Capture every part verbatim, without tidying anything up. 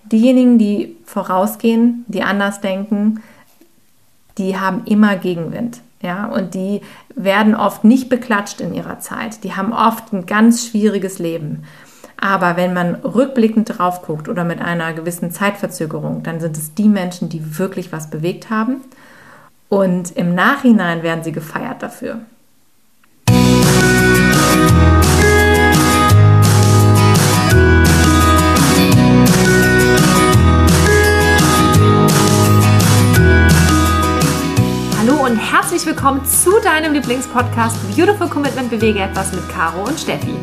diejenigen, die vorausgehen, die anders denken, die haben immer Gegenwind. Ja, und die werden oft nicht beklatscht in ihrer Zeit. Die haben oft ein ganz schwieriges Leben. Aber wenn man rückblickend drauf guckt oder mit einer gewissen Zeitverzögerung, dann sind es die Menschen, die wirklich was bewegt haben. Und im Nachhinein werden sie gefeiert dafür. Und herzlich willkommen zu deinem Lieblingspodcast Beautiful Commitment Bewege etwas mit Caro und Steffi.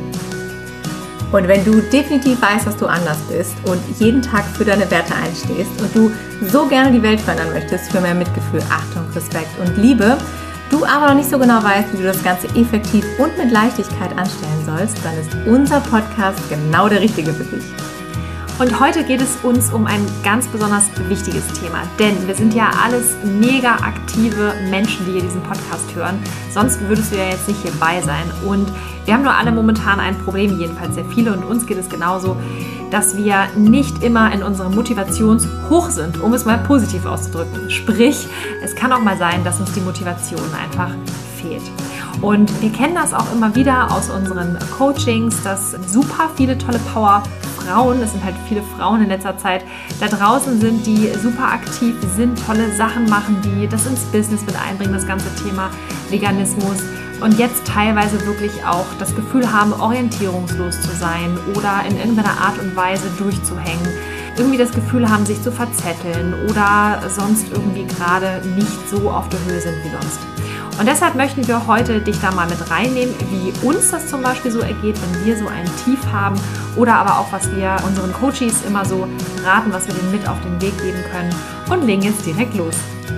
Und wenn du definitiv weißt, dass du anders bist und jeden Tag für deine Werte einstehst und du so gerne die Welt verändern möchtest für mehr Mitgefühl, Achtung, Respekt und Liebe, du aber noch nicht so genau weißt, wie du das Ganze effektiv und mit Leichtigkeit anstellen sollst, dann ist unser Podcast genau der richtige für dich. Und heute geht es uns um ein ganz besonders wichtiges Thema, denn wir sind ja alles mega aktive Menschen, die hier diesen Podcast hören. Sonst würdest du ja jetzt nicht hierbei sein. Und wir haben nur alle momentan ein Problem, jedenfalls sehr viele, und uns geht es genauso, dass wir nicht immer in unserem Motivationshoch sind, um es mal positiv auszudrücken. Sprich, es kann auch mal sein, dass uns die Motivation einfach fehlt. Und wir kennen das auch immer wieder aus unseren Coachings, dass super viele tolle Powerfrauen, es sind halt viele Frauen in letzter Zeit, da draußen sind, die super aktiv sind, tolle Sachen machen, die das ins Business mit einbringen, das ganze Thema Veganismus, und jetzt teilweise wirklich auch das Gefühl haben, orientierungslos zu sein oder in irgendeiner Art und Weise durchzuhängen, irgendwie das Gefühl haben, sich zu verzetteln oder sonst irgendwie gerade nicht so auf der Höhe sind wie sonst. Und deshalb möchten wir heute dich da mal mit reinnehmen, wie uns das zum Beispiel so ergeht, wenn wir so ein Tief haben, oder aber auch, was wir unseren Coaches immer so raten, was wir denen mit auf den Weg geben können, und legen jetzt direkt los.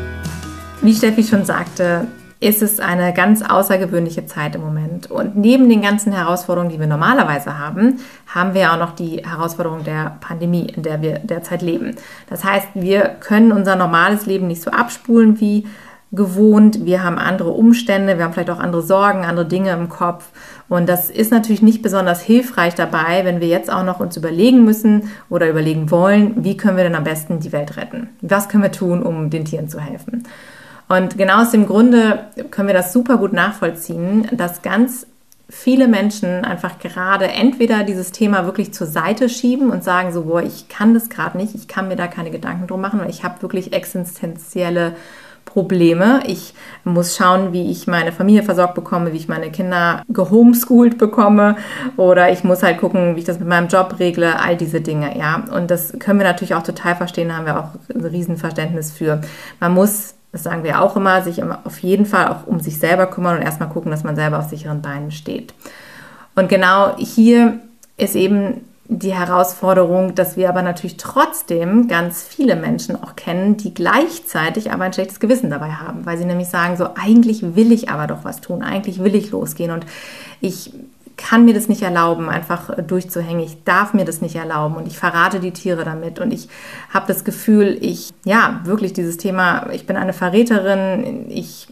Wie Steffi schon sagte, ist es eine ganz außergewöhnliche Zeit im Moment. Und neben den ganzen Herausforderungen, die wir normalerweise haben, haben wir auch noch die Herausforderung der Pandemie, in der wir derzeit leben. Das heißt, wir können unser normales Leben nicht so abspulen wie gewohnt, wir haben andere Umstände, wir haben vielleicht auch andere Sorgen, andere Dinge im Kopf, und das ist natürlich nicht besonders hilfreich dabei, wenn wir jetzt auch noch uns überlegen müssen oder überlegen wollen, wie können wir denn am besten die Welt retten? Was können wir tun, um den Tieren zu helfen? Und genau aus dem Grunde können wir das super gut nachvollziehen, dass ganz viele Menschen einfach gerade entweder dieses Thema wirklich zur Seite schieben und sagen so, boah, ich kann das gerade nicht, ich kann mir da keine Gedanken drum machen, weil ich habe wirklich existenzielle Probleme. Ich muss schauen, wie ich meine Familie versorgt bekomme, wie ich meine Kinder gehomeschoolt bekomme, oder ich muss halt gucken, wie ich das mit meinem Job regle, all diese Dinge, ja. Und das können wir natürlich auch total verstehen, da haben wir auch ein Riesenverständnis für. Man muss, das sagen wir auch immer, sich auf jeden Fall auch um sich selber kümmern und erstmal gucken, dass man selber auf sicheren Beinen steht. Und genau hier ist eben die Herausforderung, dass wir aber natürlich trotzdem ganz viele Menschen auch kennen, die gleichzeitig aber ein schlechtes Gewissen dabei haben, weil sie nämlich sagen, so eigentlich will ich aber doch was tun, eigentlich will ich losgehen und ich kann mir das nicht erlauben, einfach durchzuhängen, ich darf mir das nicht erlauben und ich verrate die Tiere damit und ich habe das Gefühl, ich, ja, wirklich dieses Thema, ich bin eine Verräterin, ich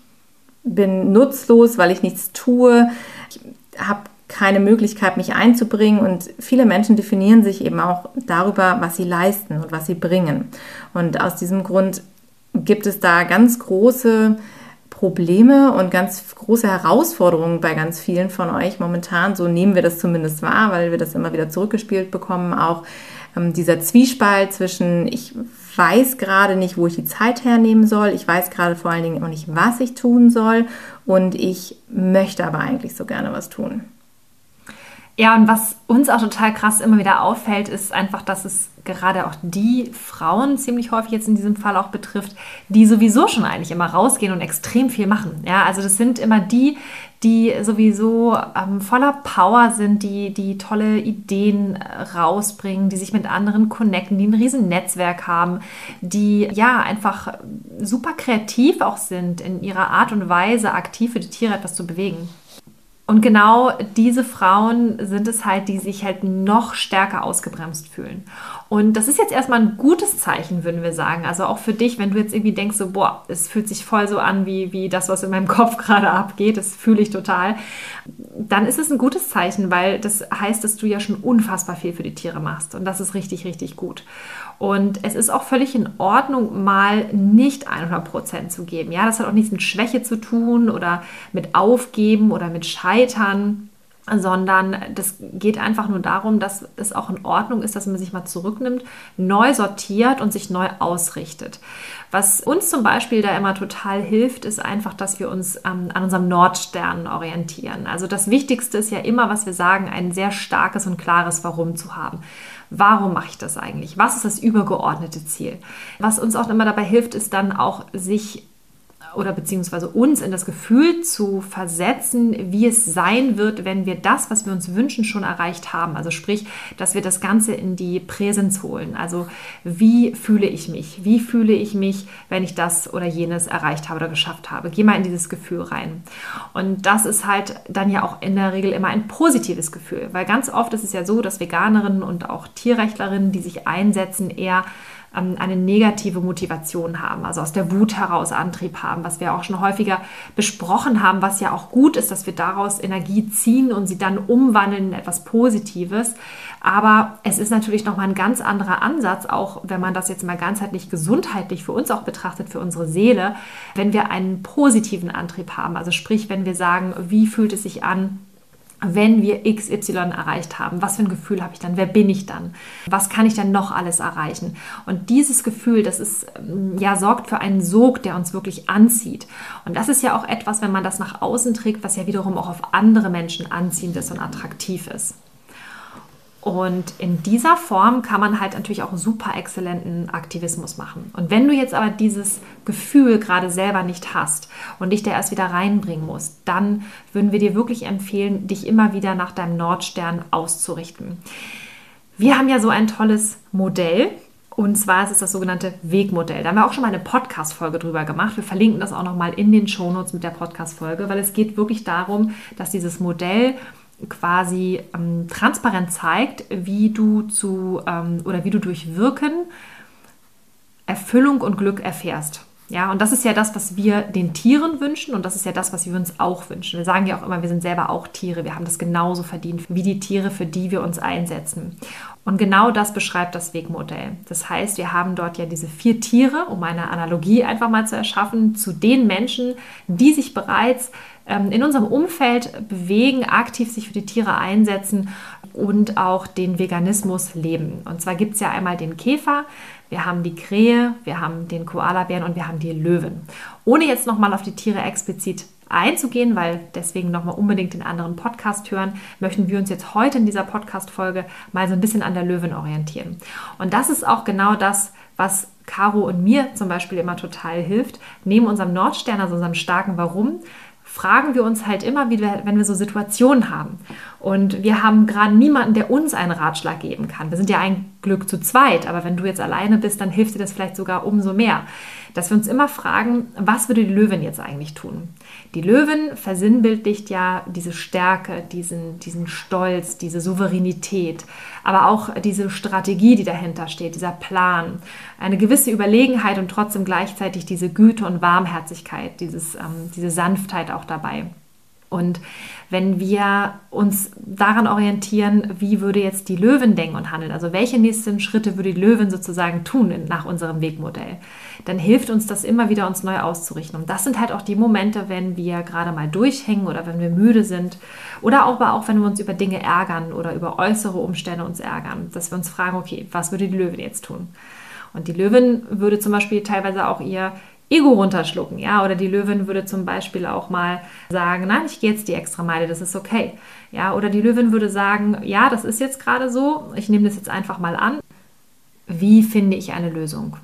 bin nutzlos, weil ich nichts tue, ich habe keine Möglichkeit, mich einzubringen, und viele Menschen definieren sich eben auch darüber, was sie leisten und was sie bringen. Und aus diesem Grund gibt es da ganz große Probleme und ganz große Herausforderungen bei ganz vielen von euch momentan. So nehmen wir das zumindest wahr, weil wir das immer wieder zurückgespielt bekommen. Auch ähm, dieser Zwiespalt zwischen, ich weiß gerade nicht, wo ich die Zeit hernehmen soll, ich weiß gerade vor allen Dingen auch nicht, was ich tun soll, und ich möchte aber eigentlich so gerne was tun. Ja, und was uns auch total krass immer wieder auffällt, ist einfach, dass es gerade auch die Frauen ziemlich häufig jetzt in diesem Fall auch betrifft, die sowieso schon eigentlich immer rausgehen und extrem viel machen. Ja, also das sind immer die, die sowieso ähm, voller Power sind, die, die tolle Ideen rausbringen, die sich mit anderen connecten, die ein riesen Netzwerk haben, die ja einfach super kreativ auch sind in ihrer Art und Weise, aktiv für die Tiere etwas zu bewegen. Und genau diese Frauen sind es halt, die sich halt noch stärker ausgebremst fühlen. Und das ist jetzt erstmal ein gutes Zeichen, würden wir sagen. Also auch für dich, wenn du jetzt irgendwie denkst, so, boah, es fühlt sich voll so an, wie, wie das, was in meinem Kopf gerade abgeht, das fühle ich total, dann ist es ein gutes Zeichen, weil das heißt, dass du ja schon unfassbar viel für die Tiere machst. Und das ist richtig, richtig gut. Und es ist auch völlig in Ordnung, mal nicht hundert Prozent zu geben. Ja, das hat auch nichts mit Schwäche zu tun oder mit Aufgeben oder mit Scheitern, sondern das geht einfach nur darum, dass es auch in Ordnung ist, dass man sich mal zurücknimmt, neu sortiert und sich neu ausrichtet. Was uns zum Beispiel da immer total hilft, ist einfach, dass wir uns ähm, an unserem Nordstern orientieren. Also das Wichtigste ist ja immer, was wir sagen, ein sehr starkes und klares Warum zu haben. Warum mache ich das eigentlich? Was ist das übergeordnete Ziel? Was uns auch immer dabei hilft, ist dann auch sich oder beziehungsweise uns in das Gefühl zu versetzen, wie es sein wird, wenn wir das, was wir uns wünschen, schon erreicht haben. Also sprich, dass wir das Ganze in die Präsenz holen. Also wie fühle ich mich? Wie fühle ich mich, wenn ich das oder jenes erreicht habe oder geschafft habe? Geh mal in dieses Gefühl rein. Und das ist halt dann ja auch in der Regel immer ein positives Gefühl, weil ganz oft ist es ja so, dass Veganerinnen und auch Tierrechtlerinnen, die sich einsetzen, eher eine negative Motivation haben, also aus der Wut heraus Antrieb haben, was wir auch schon häufiger besprochen haben, was ja auch gut ist, dass wir daraus Energie ziehen und sie dann umwandeln in etwas Positives. Aber es ist natürlich nochmal ein ganz anderer Ansatz, auch wenn man das jetzt mal ganzheitlich gesundheitlich für uns auch betrachtet, für unsere Seele, wenn wir einen positiven Antrieb haben. Also sprich, wenn wir sagen, wie fühlt es sich an, wenn wir X Y erreicht haben, was für ein Gefühl habe ich dann, wer bin ich dann, was kann ich dann noch alles erreichen? Und dieses Gefühl, das ist, ja, sorgt für einen Sog, der uns wirklich anzieht. Und das ist ja auch etwas, wenn man das nach außen trägt, was ja wiederum auch auf andere Menschen anziehend ist und attraktiv ist. Und in dieser Form kann man halt natürlich auch super exzellenten Aktivismus machen. Und wenn du jetzt aber dieses Gefühl gerade selber nicht hast und dich da erst wieder reinbringen musst, dann würden wir dir wirklich empfehlen, dich immer wieder nach deinem Nordstern auszurichten. Wir haben ja so ein tolles Modell. Und zwar ist es das sogenannte Wegmodell. Da haben wir auch schon mal eine Podcast-Folge drüber gemacht. Wir verlinken das auch nochmal in den Shownotes mit der Podcast-Folge, weil es geht wirklich darum, dass dieses Modell quasi ähm, transparent zeigt, wie du zu ähm, oder wie du durch Wirken Erfüllung und Glück erfährst. Ja, und das ist ja das, was wir den Tieren wünschen und das ist ja das, was wir uns auch wünschen. Wir sagen ja auch immer, wir sind selber auch Tiere, wir haben das genauso verdient wie die Tiere, für die wir uns einsetzen. Und genau das beschreibt das Wegmodell. Das heißt, wir haben dort ja diese vier Tiere, um eine Analogie einfach mal zu erschaffen, zu den Menschen, die sich bereits ähm, in unserem Umfeld bewegen, aktiv sich für die Tiere einsetzen und auch den Veganismus leben. Und zwar gibt es ja einmal den Käfer, wir haben die Krähe, wir haben den Koalabären und wir haben die Löwen. Ohne jetzt nochmal auf die Tiere explizit einzugehen, weil deswegen nochmal unbedingt den anderen Podcast hören, möchten wir uns jetzt heute in dieser Podcast-Folge mal so ein bisschen an der Löwin orientieren. Und das ist auch genau das, was Caro und mir zum Beispiel immer total hilft. Neben unserem Nordstern, also unserem starken Warum, fragen wir uns halt immer wieder, wenn wir so Situationen haben. Und wir haben gerade niemanden, der uns einen Ratschlag geben kann. Wir sind ja ein Glück zu zweit, aber wenn du jetzt alleine bist, dann hilft dir das vielleicht sogar umso mehr. Dass wir uns immer fragen, was würde die Löwin jetzt eigentlich tun? Die Löwin versinnbildlicht ja diese Stärke, diesen, diesen Stolz, diese Souveränität, aber auch diese Strategie, die dahinter steht, dieser Plan, eine gewisse Überlegenheit und trotzdem gleichzeitig diese Güte und Warmherzigkeit, dieses, ähm, diese Sanftheit auch dabei. Und wenn wir uns daran orientieren, wie würde jetzt die Löwin denken und handeln, also welche nächsten Schritte würde die Löwin sozusagen tun nach unserem Wegmodell, dann hilft uns das immer wieder, uns neu auszurichten. Und das sind halt auch die Momente, wenn wir gerade mal durchhängen oder wenn wir müde sind oder auch, aber auch, wenn wir uns über Dinge ärgern oder über äußere Umstände uns ärgern, dass wir uns fragen, okay, was würde die Löwin jetzt tun? Und die Löwin würde zum Beispiel teilweise auch ihr Ego runterschlucken, ja, oder die Löwin würde zum Beispiel auch mal sagen, nein, ich gehe jetzt die extra Meile, das ist okay, ja, oder die Löwin würde sagen, ja, das ist jetzt gerade so, ich nehme das jetzt einfach mal an. Wie finde ich eine Lösung?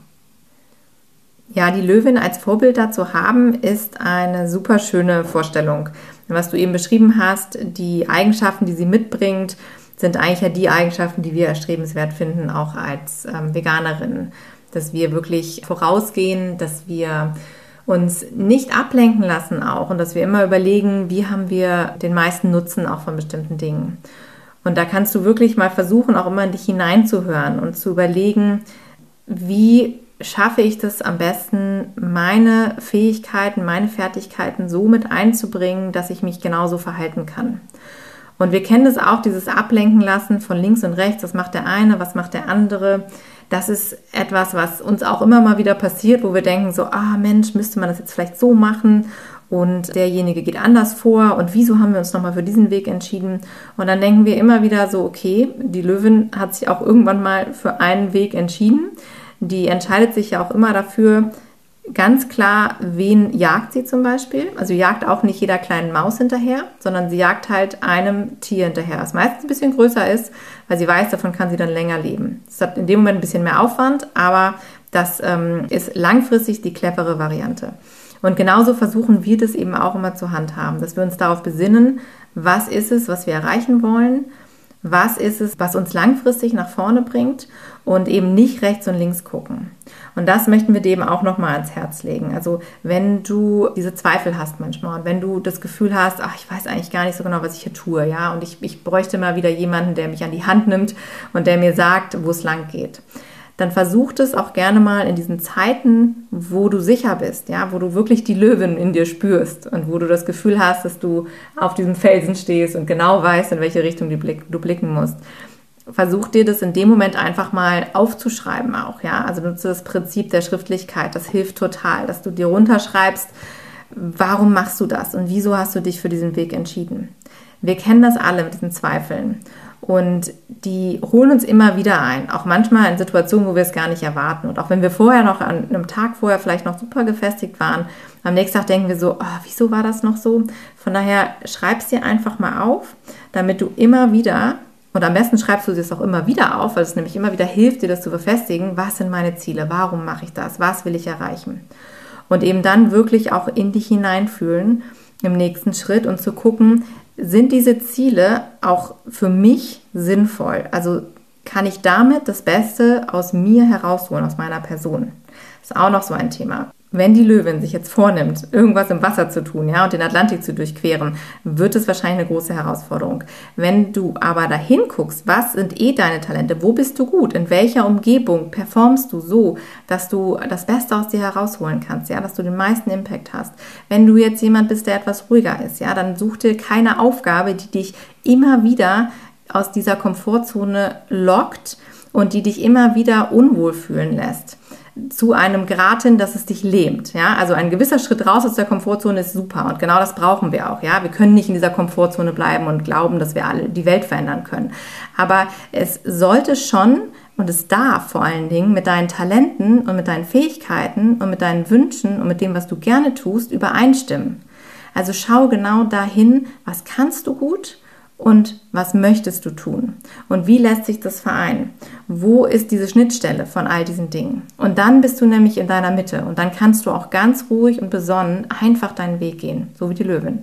Ja, die Löwin als Vorbild dazu haben, ist eine super schöne Vorstellung. Was du eben beschrieben hast, die Eigenschaften, die sie mitbringt, sind eigentlich ja die Eigenschaften, die wir erstrebenswert finden, auch als ähm, Veganerinnen. Dass wir wirklich vorausgehen, dass wir uns nicht ablenken lassen auch und dass wir immer überlegen, wie haben wir den meisten Nutzen auch von bestimmten Dingen. Und da kannst du wirklich mal versuchen, auch immer in dich hineinzuhören und zu überlegen, wie schaffe ich das am besten, meine Fähigkeiten, meine Fertigkeiten so mit einzubringen, dass ich mich genauso verhalten kann. Und wir kennen das auch, dieses Ablenken lassen von links und rechts. Was macht der eine, was macht der andere? Das ist etwas, was uns auch immer mal wieder passiert, wo wir denken so, ah Mensch, müsste man das jetzt vielleicht so machen? Und derjenige geht anders vor. Und wieso haben wir uns nochmal für diesen Weg entschieden? Und dann denken wir immer wieder so, okay, die Löwin hat sich auch irgendwann mal für einen Weg entschieden. Die entscheidet sich ja auch immer dafür, ganz klar, wen jagt sie zum Beispiel. Also jagt auch nicht jeder kleinen Maus hinterher, sondern sie jagt halt einem Tier hinterher, was meistens ein bisschen größer ist, weil sie weiß, davon kann sie dann länger leben. Das hat in dem Moment ein bisschen mehr Aufwand, aber das ähm, ist langfristig die clevere Variante. Und genauso versuchen wir das eben auch immer zu handhaben, dass wir uns darauf besinnen, was ist es, was wir erreichen wollen, was ist es, was uns langfristig nach vorne bringt und eben nicht rechts und links gucken. Und das möchten wir dir eben auch nochmal ans Herz legen. Also wenn du diese Zweifel hast manchmal und wenn du das Gefühl hast, ach, ich weiß eigentlich gar nicht so genau, was ich hier tue, ja, und ich, ich bräuchte mal wieder jemanden, der mich an die Hand nimmt und der mir sagt, wo es lang geht, dann versuch es auch gerne mal in diesen Zeiten, wo du sicher bist, ja, wo du wirklich die Löwin in dir spürst und wo du das Gefühl hast, dass du auf diesem Felsen stehst und genau weißt, in welche Richtung du, blick, du blicken musst. Versuch dir das in dem Moment einfach mal aufzuschreiben auch, ja, also nutze das Prinzip der Schriftlichkeit, das hilft total, dass du dir runterschreibst, warum machst du das und wieso hast du dich für diesen Weg entschieden. Wir kennen das alle mit diesen Zweifeln. Und die holen uns immer wieder ein, auch manchmal in Situationen, wo wir es gar nicht erwarten. Und auch wenn wir vorher noch an einem Tag vorher vielleicht noch super gefestigt waren, am nächsten Tag denken wir so, oh, wieso war das noch so? Von daher schreib es dir einfach mal auf, damit du immer wieder, und am besten schreibst du es auch immer wieder auf, weil es nämlich immer wieder hilft, dir das zu befestigen, was sind meine Ziele, warum mache ich das, was will ich erreichen? Und eben dann wirklich auch in dich hineinfühlen im nächsten Schritt und zu gucken, sind diese Ziele auch für mich sinnvoll? Also kann ich damit das Beste aus mir herausholen, aus meiner Person? Das ist auch noch so ein Thema. Wenn die Löwin sich jetzt vornimmt, irgendwas im Wasser zu tun, ja, und den Atlantik zu durchqueren, wird es wahrscheinlich eine große Herausforderung. Wenn du aber dahin guckst, was sind eh deine Talente, wo bist du gut, in welcher Umgebung performst du so, dass du das Beste aus dir herausholen kannst, ja, dass du den meisten Impact hast. Wenn du jetzt jemand bist, der etwas ruhiger ist, ja, dann such dir keine Aufgabe, die dich immer wieder aus dieser Komfortzone lockt und die dich immer wieder unwohl fühlen lässt. Zu einem Grad hin, dass es dich lähmt. Ja? Also ein gewisser Schritt raus aus der Komfortzone ist super und genau das brauchen wir auch. Ja? Wir können nicht in dieser Komfortzone bleiben und glauben, dass wir alle die Welt verändern können. Aber es sollte schon und es darf vor allen Dingen mit deinen Talenten und mit deinen Fähigkeiten und mit deinen Wünschen und mit dem, was du gerne tust, übereinstimmen. Also schau genau dahin, was kannst du gut und was möchtest du tun? Und wie lässt sich das vereinen? Wo ist diese Schnittstelle von all diesen Dingen? Und dann bist du nämlich in deiner Mitte und dann kannst du auch ganz ruhig und besonnen einfach deinen Weg gehen, so wie die Löwin.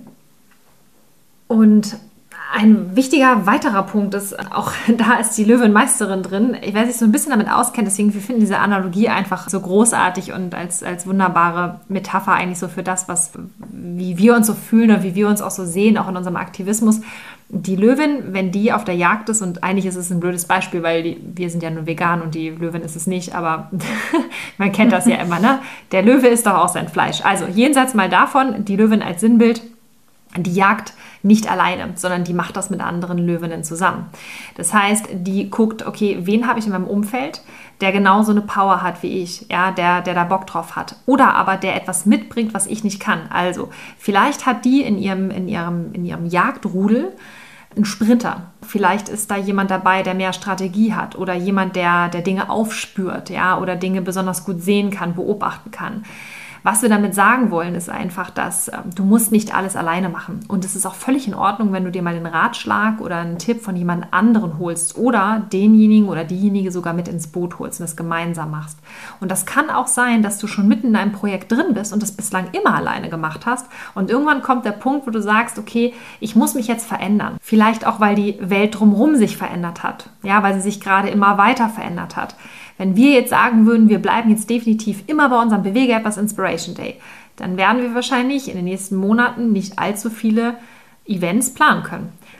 Und ein wichtiger weiterer Punkt ist, auch da ist die Löwenmeisterin drin. Ich weiß, ich so ein bisschen damit auskenne, deswegen wir finden diese Analogie einfach so großartig und als, als wunderbare Metapher eigentlich so für das, was, wie wir uns so fühlen und wie wir uns auch so sehen, auch in unserem Aktivismus. Die Löwin, wenn die auf der Jagd ist, und eigentlich ist es ein blödes Beispiel, weil die, wir sind ja nur vegan und die Löwin ist es nicht, aber man kennt das ja immer, ne? Der Löwe isst doch auch sein Fleisch. Also jenseits mal davon, die Löwin als Sinnbild, die jagt nicht alleine, sondern die macht das mit anderen Löwinnen zusammen. Das heißt, die guckt, okay, wen habe ich in meinem Umfeld, der genauso eine Power hat wie ich, ja, der, der da Bock drauf hat. Oder aber der etwas mitbringt, was ich nicht kann. Also, vielleicht hat die in ihrem, in ihrem, in ihrem Jagdrudel einen Sprinter. Vielleicht ist da jemand dabei, der mehr Strategie hat oder jemand, der, der Dinge aufspürt, ja, oder Dinge besonders gut sehen kann, beobachten kann. Was wir damit sagen wollen, ist einfach, dass äh, du musst nicht alles alleine machen. Und es ist auch völlig in Ordnung, wenn du dir mal den Ratschlag oder einen Tipp von jemand anderen holst oder denjenigen oder diejenige sogar mit ins Boot holst und das gemeinsam machst. Und das kann auch sein, dass du schon mitten in einem Projekt drin bist und das bislang immer alleine gemacht hast. Und irgendwann kommt der Punkt, wo du sagst, okay, ich muss mich jetzt verändern. Vielleicht auch, weil die Welt drumherum sich verändert hat. Ja, weil sie sich gerade immer weiter verändert hat. Wenn wir jetzt sagen würden, wir bleiben jetzt definitiv immer bei unserem Bewege etwas Inspiration Day, dann werden wir wahrscheinlich in den nächsten Monaten nicht allzu viele Events planen können.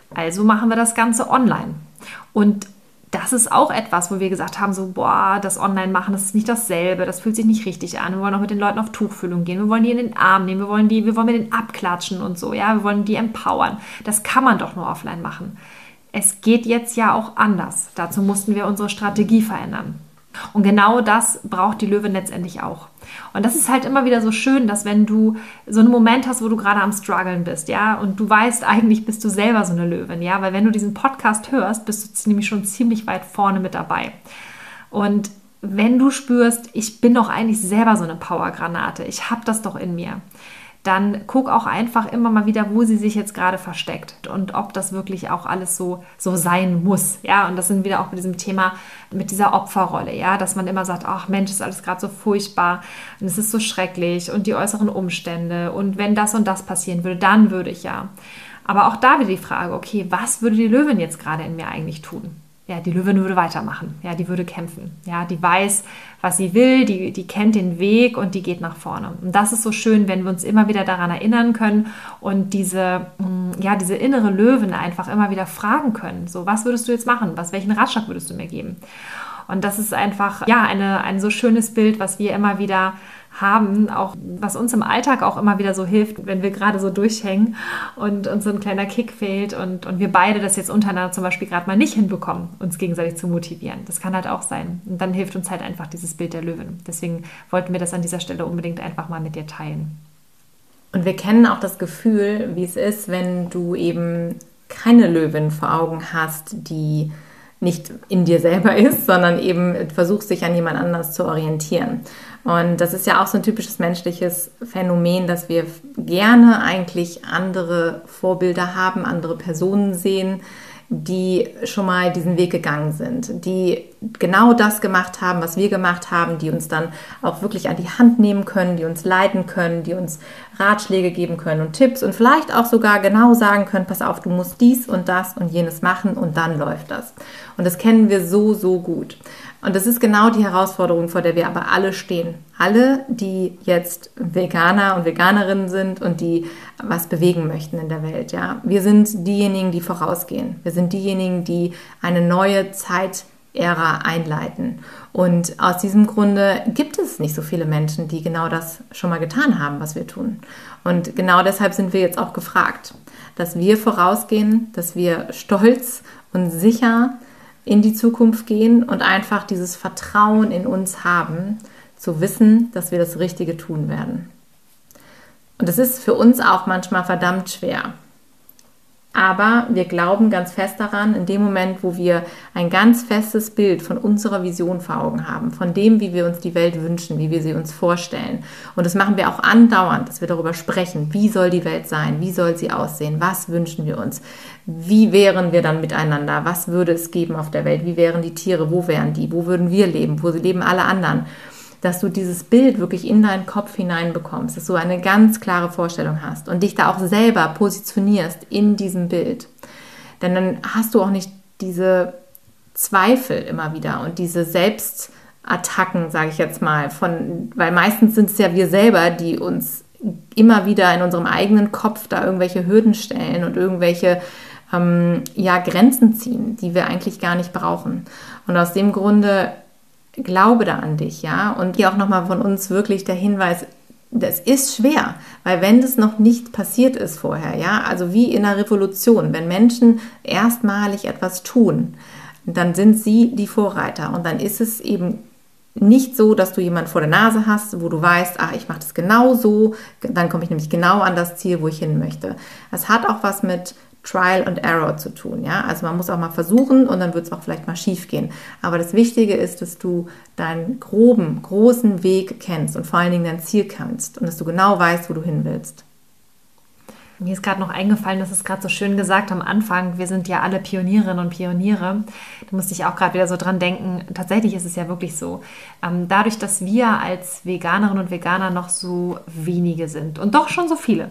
Also machen wir das Ganze online. Und das ist auch etwas, wo wir gesagt haben, so, boah, das Online-Machen, das ist nicht dasselbe, das fühlt sich nicht richtig an. Wir wollen auch mit den Leuten auf Tuchfühlung gehen, wir wollen die in den Arm nehmen, wir wollen die, wir wollen mit denen abklatschen und so, ja, wir wollen die empowern. Das kann man doch nur offline machen. Es geht jetzt ja auch anders. Dazu mussten wir unsere Strategie verändern. Und genau das braucht die Löwin letztendlich auch. Und das ist halt immer wieder so schön, dass wenn du so einen Moment hast, wo du gerade am Struggeln bist, ja, und du weißt, eigentlich bist du selber so eine Löwin, ja, weil wenn du diesen Podcast hörst, bist du nämlich schon ziemlich weit vorne mit dabei. Und wenn du spürst, ich bin doch eigentlich selber so eine Powergranate, ich habe das doch in mir, dann guck auch einfach immer mal wieder, wo sie sich jetzt gerade versteckt und ob das wirklich auch alles so, so sein muss. Ja, und das sind wieder auch mit diesem Thema, mit dieser Opferrolle, ja, dass man immer sagt, ach Mensch, ist alles gerade so furchtbar und es ist so schrecklich und die äußeren Umstände und wenn das und das passieren würde, dann würde ich ja. Aber auch da wieder die Frage, okay, was würde die Löwin jetzt gerade in mir eigentlich tun? Ja, die Löwin würde weitermachen, ja, die würde kämpfen, ja, die weiß, was sie will, die, die kennt den Weg und die geht nach vorne. Und das ist so schön, wenn wir uns immer wieder daran erinnern können und diese, ja, diese innere Löwin einfach immer wieder fragen können, so, was würdest du jetzt machen, was, welchen Ratschlag würdest du mir geben? Und das ist einfach, ja, eine, ein so schönes Bild, was wir immer wieder haben, auch was uns im Alltag auch immer wieder so hilft, wenn wir gerade so durchhängen und uns so ein kleiner Kick fehlt und, und wir beide das jetzt untereinander zum Beispiel gerade mal nicht hinbekommen, uns gegenseitig zu motivieren. Das kann halt auch sein. Und dann hilft uns halt einfach dieses Bild der Löwin. Deswegen wollten wir das an dieser Stelle unbedingt einfach mal mit dir teilen. Und wir kennen auch das Gefühl, wie es ist, wenn du eben keine Löwin vor Augen hast, die nicht in dir selber ist, sondern eben versuchst, dich an jemand anders zu orientieren. Und das ist ja auch so ein typisches menschliches Phänomen, dass wir gerne eigentlich andere Vorbilder haben, andere Personen sehen, die schon mal diesen Weg gegangen sind, die genau das gemacht haben, was wir gemacht haben, die uns dann auch wirklich an die Hand nehmen können, die uns leiten können, die uns Ratschläge geben können und Tipps und vielleicht auch sogar genau sagen können, pass auf, du musst dies und das und jenes machen und dann läuft das. Und das kennen wir so, so gut. Und das ist genau die Herausforderung, vor der wir aber alle stehen. Alle, die jetzt Veganer und Veganerinnen sind und die was bewegen möchten in der Welt. Ja? Wir sind diejenigen, die vorausgehen. Wir sind diejenigen, die eine neue Zeitära einleiten. Und aus diesem Grunde gibt es nicht so viele Menschen, die genau das schon mal getan haben, was wir tun. Und genau deshalb sind wir jetzt auch gefragt, dass wir vorausgehen, dass wir stolz und sicher in die Zukunft gehen und einfach dieses Vertrauen in uns haben, zu wissen, dass wir das Richtige tun werden. Und es ist für uns auch manchmal verdammt schwer. Aber wir glauben ganz fest daran, in dem Moment, wo wir ein ganz festes Bild von unserer Vision vor Augen haben, von dem, wie wir uns die Welt wünschen, wie wir sie uns vorstellen. Und das machen wir auch andauernd, dass wir darüber sprechen, wie soll die Welt sein, wie soll sie aussehen, was wünschen wir uns, wie wären wir dann miteinander, was würde es geben auf der Welt, wie wären die Tiere, wo wären die, wo würden wir leben, wo leben alle anderen. Dass du dieses Bild wirklich in deinen Kopf hineinbekommst, dass du eine ganz klare Vorstellung hast und dich da auch selber positionierst in diesem Bild. Denn dann hast du auch nicht diese Zweifel immer wieder und diese Selbstattacken, sage ich jetzt mal, von, weil meistens sind es ja wir selber, die uns immer wieder in unserem eigenen Kopf da irgendwelche Hürden stellen und irgendwelche ähm, ja, Grenzen ziehen, die wir eigentlich gar nicht brauchen. Und aus dem Grunde glaube da an dich, ja, und hier auch nochmal von uns wirklich der Hinweis, das ist schwer, weil wenn das noch nicht passiert ist vorher, ja, also wie in einer Revolution, wenn Menschen erstmalig etwas tun, dann sind sie die Vorreiter und dann ist es eben nicht so, dass du jemanden vor der Nase hast, wo du weißt, ach, ich mache das genau so, dann komme ich nämlich genau an das Ziel, wo ich hin möchte. Das hat auch was mit Trial and Error zu tun, ja, also man muss auch mal versuchen und dann wird es auch vielleicht mal schief gehen, aber das Wichtige ist, dass du deinen groben, großen Weg kennst und vor allen Dingen dein Ziel kennst und dass du genau weißt, wo du hin willst. Mir ist gerade noch eingefallen, das ist gerade so schön gesagt am Anfang, wir sind ja alle Pionierinnen und Pioniere. Da musste ich auch gerade wieder so dran denken, tatsächlich ist es ja wirklich so. Ähm, dadurch, dass wir als Veganerinnen und Veganer noch so wenige sind und doch schon so viele,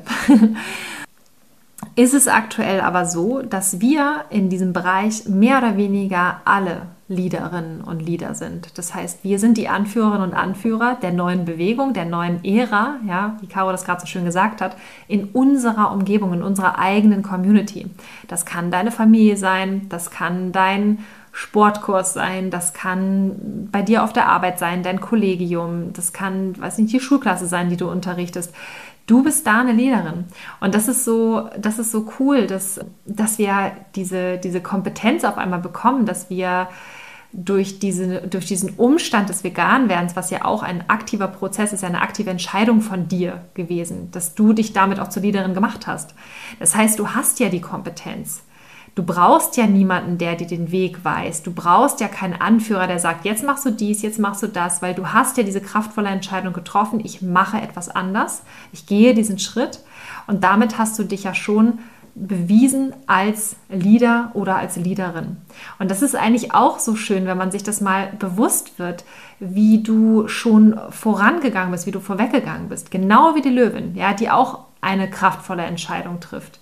ist es aktuell aber so, dass wir in diesem Bereich mehr oder weniger alle Leaderinnen und Leader sind. Das heißt, wir sind die Anführerinnen und Anführer der neuen Bewegung, der neuen Ära, ja, wie Caro das gerade so schön gesagt hat, in unserer Umgebung, in unserer eigenen Community. Das kann deine Familie sein, das kann dein Sportkurs sein, das kann bei dir auf der Arbeit sein, dein Kollegium, das kann, weiß nicht, die Schulklasse sein, die du unterrichtest. Du bist da eine Leaderin. Und das ist so, das ist so cool, dass, dass wir diese, diese Kompetenz auf einmal bekommen, dass wir durch, diese, durch diesen Umstand des Veganwerdens, was ja auch ein aktiver Prozess ist, eine aktive Entscheidung von dir gewesen, dass du dich damit auch zur Leaderin gemacht hast. Das heißt, du hast ja die Kompetenz. Du brauchst ja niemanden, der dir den Weg weist. Du brauchst ja keinen Anführer, der sagt, jetzt machst du dies, jetzt machst du das, weil du hast ja diese kraftvolle Entscheidung getroffen, ich mache etwas anders, ich gehe diesen Schritt und damit hast du dich ja schon bewiesen als Leader oder als Leaderin. Und das ist eigentlich auch so schön, wenn man sich das mal bewusst wird, wie du schon vorangegangen bist, wie du vorweggegangen bist. Genau wie die Löwin, ja, die auch eine kraftvolle Entscheidung trifft.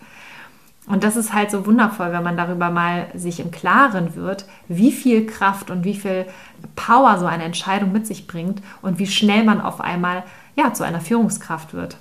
Und das ist halt so wundervoll, wenn man darüber mal sich im Klaren wird, wie viel Kraft und wie viel Power so eine Entscheidung mit sich bringt und wie schnell man auf einmal ja, zu einer Führungskraft wird.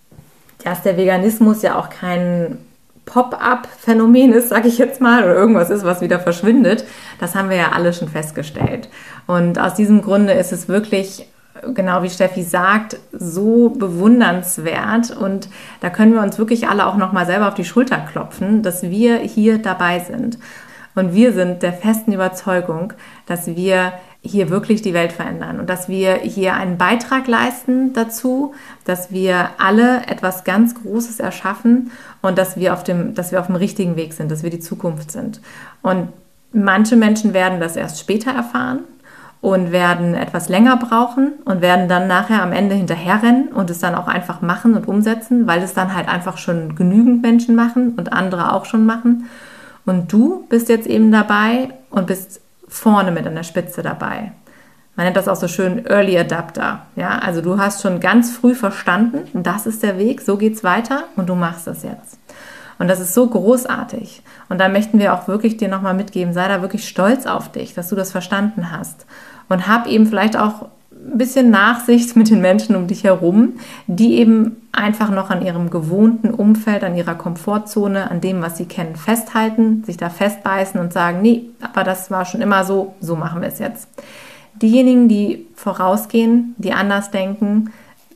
Dass der Veganismus ja auch kein Pop-up-Phänomen ist, sage ich jetzt mal, oder irgendwas ist, was wieder verschwindet, das haben wir ja alle schon festgestellt. Und aus diesem Grunde ist es wirklich, genau wie Steffi sagt, so bewundernswert und da können wir uns wirklich alle auch nochmal selber auf die Schulter klopfen, dass wir hier dabei sind. Und wir sind der festen Überzeugung, dass wir hier wirklich die Welt verändern und dass wir hier einen Beitrag leisten dazu, dass wir alle etwas ganz Großes erschaffen und dass wir auf dem, dass wir auf dem richtigen Weg sind, dass wir die Zukunft sind. Und manche Menschen werden das erst später erfahren und werden etwas länger brauchen und werden dann nachher am Ende hinterherrennen und es dann auch einfach machen und umsetzen, weil es dann halt einfach schon genügend Menschen machen und andere auch schon machen. Und du bist jetzt eben dabei und bist vorne mit an der Spitze dabei. Man nennt das auch so schön Early Adapter. Ja? Also du hast schon ganz früh verstanden, das ist der Weg, so geht's weiter und du machst das jetzt. Und das ist so großartig. Und da möchten wir auch wirklich dir nochmal mitgeben, sei da wirklich stolz auf dich, dass du das verstanden hast. Und hab eben vielleicht auch ein bisschen Nachsicht mit den Menschen um dich herum, die eben einfach noch an ihrem gewohnten Umfeld, an ihrer Komfortzone, an dem, was sie kennen, festhalten, sich da festbeißen und sagen, nee, aber das war schon immer so, so machen wir es jetzt. Diejenigen, die vorausgehen, die anders denken,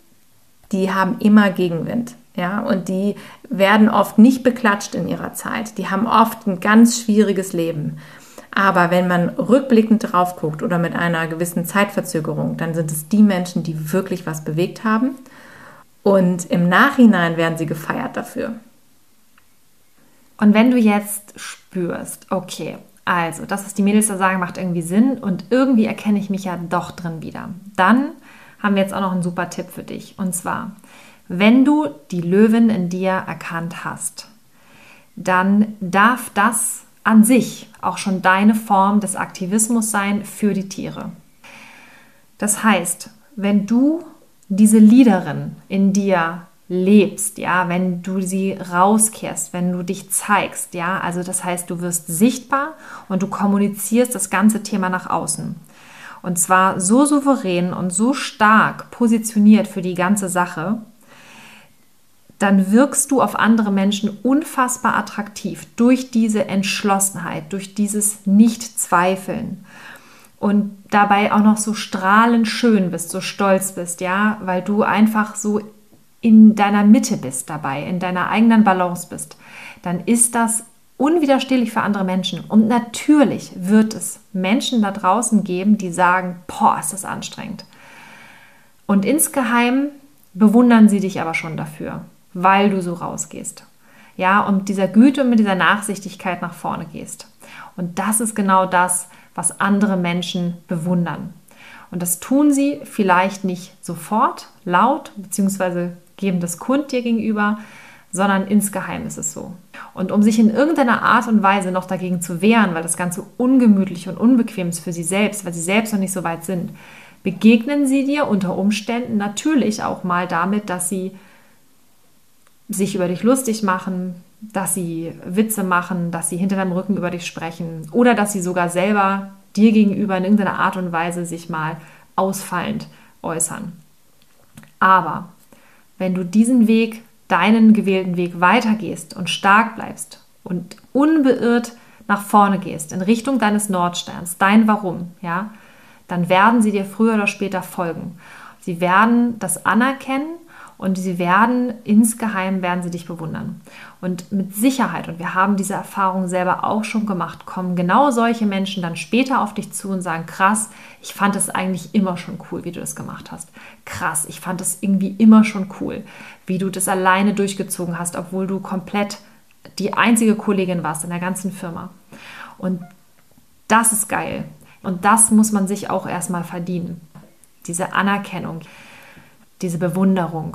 die haben immer Gegenwind. Ja, und die werden oft nicht beklatscht in ihrer Zeit. Die haben oft ein ganz schwieriges Leben. Aber wenn man rückblickend drauf guckt oder mit einer gewissen Zeitverzögerung, dann sind es die Menschen, die wirklich was bewegt haben. Und im Nachhinein werden sie gefeiert dafür. Und wenn du jetzt spürst, okay, also das, was die Mädels da sagen, macht irgendwie Sinn und irgendwie erkenne ich mich ja doch drin wieder, dann haben wir jetzt auch noch einen super Tipp für dich. Und zwar, wenn du die Löwin in dir erkannt hast, dann darf das an sich auch schon deine Form des Aktivismus sein für die Tiere. Das heißt, wenn du diese Leaderin in dir lebst, ja, wenn du sie rauskehrst, wenn du dich zeigst, ja, also das heißt, du wirst sichtbar und du kommunizierst das ganze Thema nach außen. Und zwar so souverän und so stark positioniert für die ganze Sache, dann wirkst du auf andere Menschen unfassbar attraktiv durch diese Entschlossenheit, durch dieses Nicht-Zweifeln und dabei auch noch so strahlend schön bist, so stolz bist, ja, weil du einfach so in deiner Mitte bist dabei, in deiner eigenen Balance bist, dann ist das unwiderstehlich für andere Menschen. Und natürlich wird es Menschen da draußen geben, die sagen, boah, ist das anstrengend. Und insgeheim bewundern sie dich aber schon dafür, weil du so rausgehst. Ja, und mit dieser Güte und mit dieser Nachsichtigkeit nach vorne gehst. Und das ist genau das, was andere Menschen bewundern. Und das tun sie vielleicht nicht sofort, laut, beziehungsweise geben das kund dir gegenüber, sondern insgeheim ist es so. Und um sich in irgendeiner Art und Weise noch dagegen zu wehren, weil das Ganze ungemütlich und unbequem ist für sie selbst, weil sie selbst noch nicht so weit sind, begegnen sie dir unter Umständen natürlich auch mal damit, dass sie sich über dich lustig machen, dass sie Witze machen, dass sie hinter deinem Rücken über dich sprechen oder dass sie sogar selber dir gegenüber in irgendeiner Art und Weise sich mal ausfallend äußern. Aber wenn du diesen Weg, deinen gewählten Weg weitergehst und stark bleibst und unbeirrt nach vorne gehst, in Richtung deines Nordsterns, dein Warum, ja, dann werden sie dir früher oder später folgen. Sie werden das anerkennen und sie werden, insgeheim werden sie dich bewundern. Und mit Sicherheit, und wir haben diese Erfahrung selber auch schon gemacht, kommen genau solche Menschen dann später auf dich zu und sagen, krass, ich fand es eigentlich immer schon cool, wie du das gemacht hast. Krass, ich fand es irgendwie immer schon cool, wie du das alleine durchgezogen hast, obwohl du komplett die einzige Kollegin warst in der ganzen Firma. Und das ist geil. Und das muss man sich auch erstmal verdienen. Diese Anerkennung, diese Bewunderung.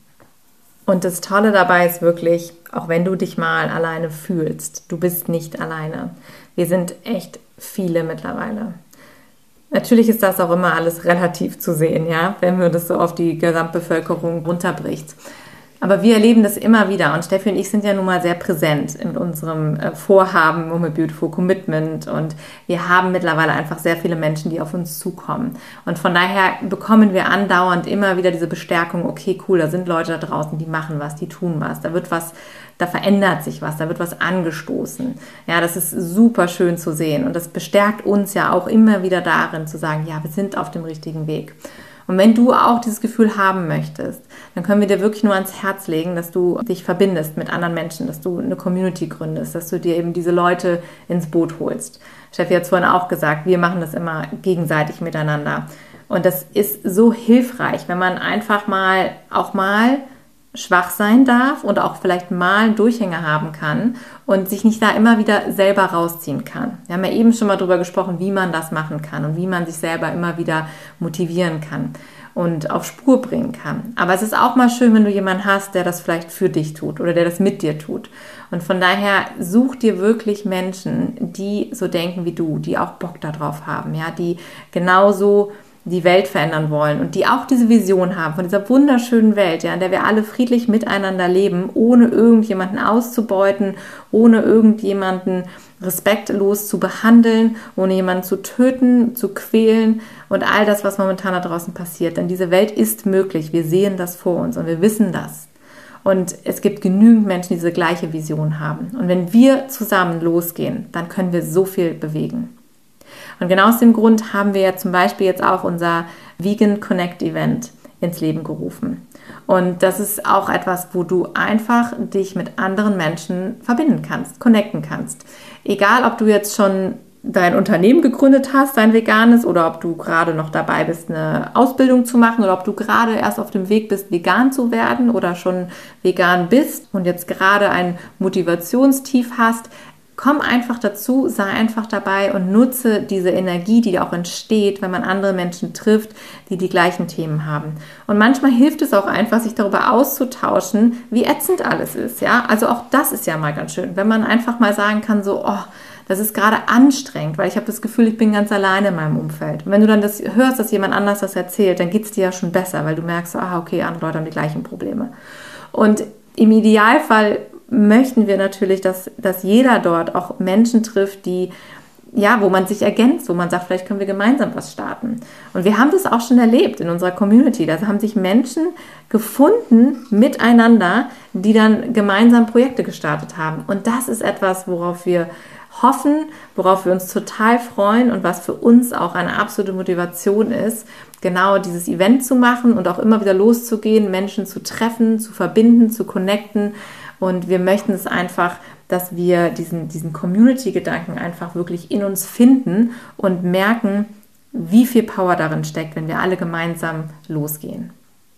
Und das Tolle dabei ist wirklich, auch wenn du dich mal alleine fühlst, du bist nicht alleine. Wir sind echt viele mittlerweile. Natürlich ist das auch immer alles relativ zu sehen, ja, wenn man das so auf die Gesamtbevölkerung runterbricht. Aber wir erleben das immer wieder und Steffi und ich sind ja nun mal sehr präsent in unserem Vorhaben Women Beautiful Commitment und wir haben mittlerweile einfach sehr viele Menschen, die auf uns zukommen. Und von daher bekommen wir andauernd immer wieder diese Bestärkung, okay, cool, da sind Leute da draußen, die machen was, die tun was, da wird was, da verändert sich was, da wird was angestoßen. Ja, das ist super schön zu sehen und das bestärkt uns ja auch immer wieder darin zu sagen, ja, wir sind auf dem richtigen Weg. Und wenn du auch dieses Gefühl haben möchtest, dann können wir dir wirklich nur ans Herz legen, dass du dich verbindest mit anderen Menschen, dass du eine Community gründest, dass du dir eben diese Leute ins Boot holst. Steffi hat es vorhin auch gesagt, wir machen das immer gegenseitig miteinander. Und das ist so hilfreich, wenn man einfach mal auch mal schwach sein darf und auch vielleicht mal einen Durchhänger haben kann und sich nicht da immer wieder selber rausziehen kann. Wir haben ja eben schon mal darüber gesprochen, wie man das machen kann und wie man sich selber immer wieder motivieren kann und auf Spur bringen kann. Aber es ist auch mal schön, wenn du jemanden hast, der das vielleicht für dich tut oder der das mit dir tut. Und von daher such dir wirklich Menschen, die so denken wie du, die auch Bock darauf haben, ja, die genauso die Welt verändern wollen und die auch diese Vision haben von dieser wunderschönen Welt, ja, in der wir alle friedlich miteinander leben, ohne irgendjemanden auszubeuten, ohne irgendjemanden respektlos zu behandeln, ohne jemanden zu töten, zu quälen und all das, was momentan da draußen passiert. Denn diese Welt ist möglich, wir sehen das vor uns und wir wissen das. Und es gibt genügend Menschen, die diese gleiche Vision haben. Und wenn wir zusammen losgehen, dann können wir so viel bewegen. Und genau aus dem Grund haben wir ja zum Beispiel jetzt auch unser Vegan Connect Event ins Leben gerufen. Und das ist auch etwas, wo du einfach dich mit anderen Menschen verbinden kannst, connecten kannst. Egal, ob du jetzt schon dein Unternehmen gegründet hast, dein veganes, oder ob du gerade noch dabei bist, eine Ausbildung zu machen, oder ob du gerade erst auf dem Weg bist, vegan zu werden oder schon vegan bist und jetzt gerade ein Motivationstief hast. Komm einfach dazu, sei einfach dabei und nutze diese Energie, die auch entsteht, wenn man andere Menschen trifft, die die gleichen Themen haben. Und manchmal hilft es auch einfach, sich darüber auszutauschen, wie ätzend alles ist. Ja? Also auch das ist ja mal ganz schön, wenn man einfach mal sagen kann, so, oh, das ist gerade anstrengend, weil ich habe das Gefühl, ich bin ganz alleine in meinem Umfeld. Und wenn du dann das hörst, dass jemand anders das erzählt, dann geht es dir ja schon besser, weil du merkst, ah, okay, andere Leute haben die gleichen Probleme. Und im Idealfall möchten wir natürlich, dass, dass jeder dort auch Menschen trifft, die, ja, wo man sich ergänzt, wo man sagt, vielleicht können wir gemeinsam was starten. Und wir haben das auch schon erlebt in unserer Community. Da haben sich Menschen gefunden miteinander, die dann gemeinsam Projekte gestartet haben. Und das ist etwas, worauf wir hoffen, worauf wir uns total freuen und was für uns auch eine absolute Motivation ist, genau dieses Event zu machen und auch immer wieder loszugehen, Menschen zu treffen, zu verbinden, zu connecten. Und wir möchten es einfach, dass wir diesen, diesen Community-Gedanken einfach wirklich in uns finden und merken, wie viel Power darin steckt, wenn wir alle gemeinsam losgehen.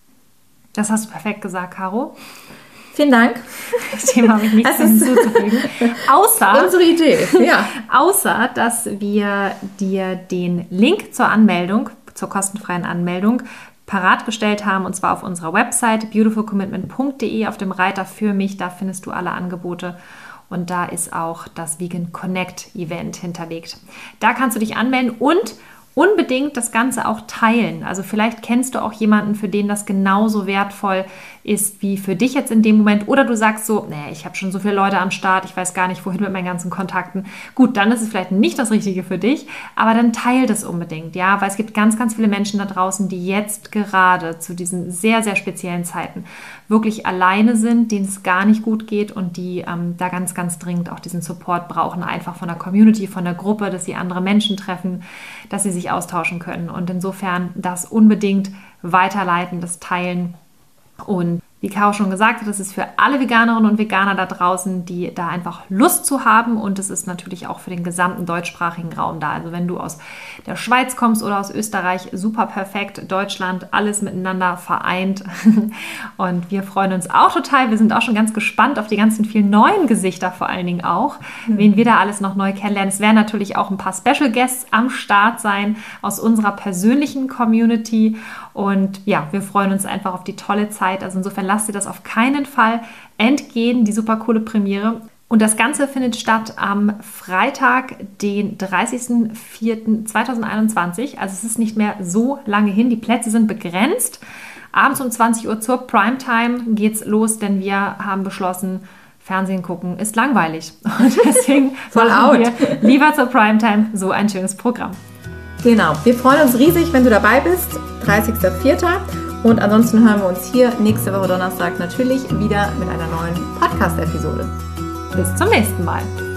Das hast du perfekt gesagt, Caro. Vielen Dank. Dem habe ich nichts hinzuzufügen. Außer, unsere Idee, ja. Außer, dass wir dir den Link zur Anmeldung, zur kostenfreien Anmeldung, parat gestellt haben, und zwar auf unserer Website beautiful commitment punkt de auf dem Reiter für mich. Da findest du alle Angebote und da ist auch das Vegan Connect Event hinterlegt. Da kannst du dich anmelden und unbedingt das Ganze auch teilen. Also vielleicht kennst du auch jemanden, für den das genauso wertvoll ist wie für dich jetzt in dem Moment. Oder du sagst so, nee, ich habe schon so viele Leute am Start, ich weiß gar nicht, wohin mit meinen ganzen Kontakten. Gut, dann ist es vielleicht nicht das Richtige für dich, aber dann teil das unbedingt, ja, weil es gibt ganz, ganz viele Menschen da draußen, die jetzt gerade zu diesen sehr, sehr speziellen Zeiten wirklich alleine sind, denen es gar nicht gut geht und die ähm, da ganz, ganz dringend auch diesen Support brauchen, einfach von der Community, von der Gruppe, dass sie andere Menschen treffen, dass sie sich austauschen können. Und insofern das unbedingt weiterleiten, das Teilen. Und wie Caro schon gesagt hat, das ist für alle Veganerinnen und Veganer da draußen, die da einfach Lust zu haben, und es ist natürlich auch für den gesamten deutschsprachigen Raum da. Also wenn du aus der Schweiz kommst oder aus Österreich, super perfekt, Deutschland, alles miteinander vereint, und wir freuen uns auch total. Wir sind auch schon ganz gespannt auf die ganzen vielen neuen Gesichter, vor allen Dingen auch, mhm. wen wir da alles noch neu kennenlernen. Es werden natürlich auch ein paar Special Guests am Start sein aus unserer persönlichen Community, und ja, wir freuen uns einfach auf die tolle Zeit. Also insofern lasst dir das auf keinen Fall entgehen, die super coole Premiere. Und das Ganze findet statt am Freitag, den dreißigsten vierten zweitausendeinundzwanzig. Also es ist nicht mehr so lange hin. Die Plätze sind begrenzt. Abends um zwanzig Uhr zur Primetime geht's los, denn wir haben beschlossen, Fernsehen gucken ist langweilig. Und deswegen Voll machen out. wir lieber zur Primetime so ein schönes Programm. Genau, wir freuen uns riesig, wenn du dabei bist, dreißigster vierter Und ansonsten hören wir uns hier nächste Woche Donnerstag natürlich wieder mit einer neuen Podcast-Episode. Bis zum nächsten Mal.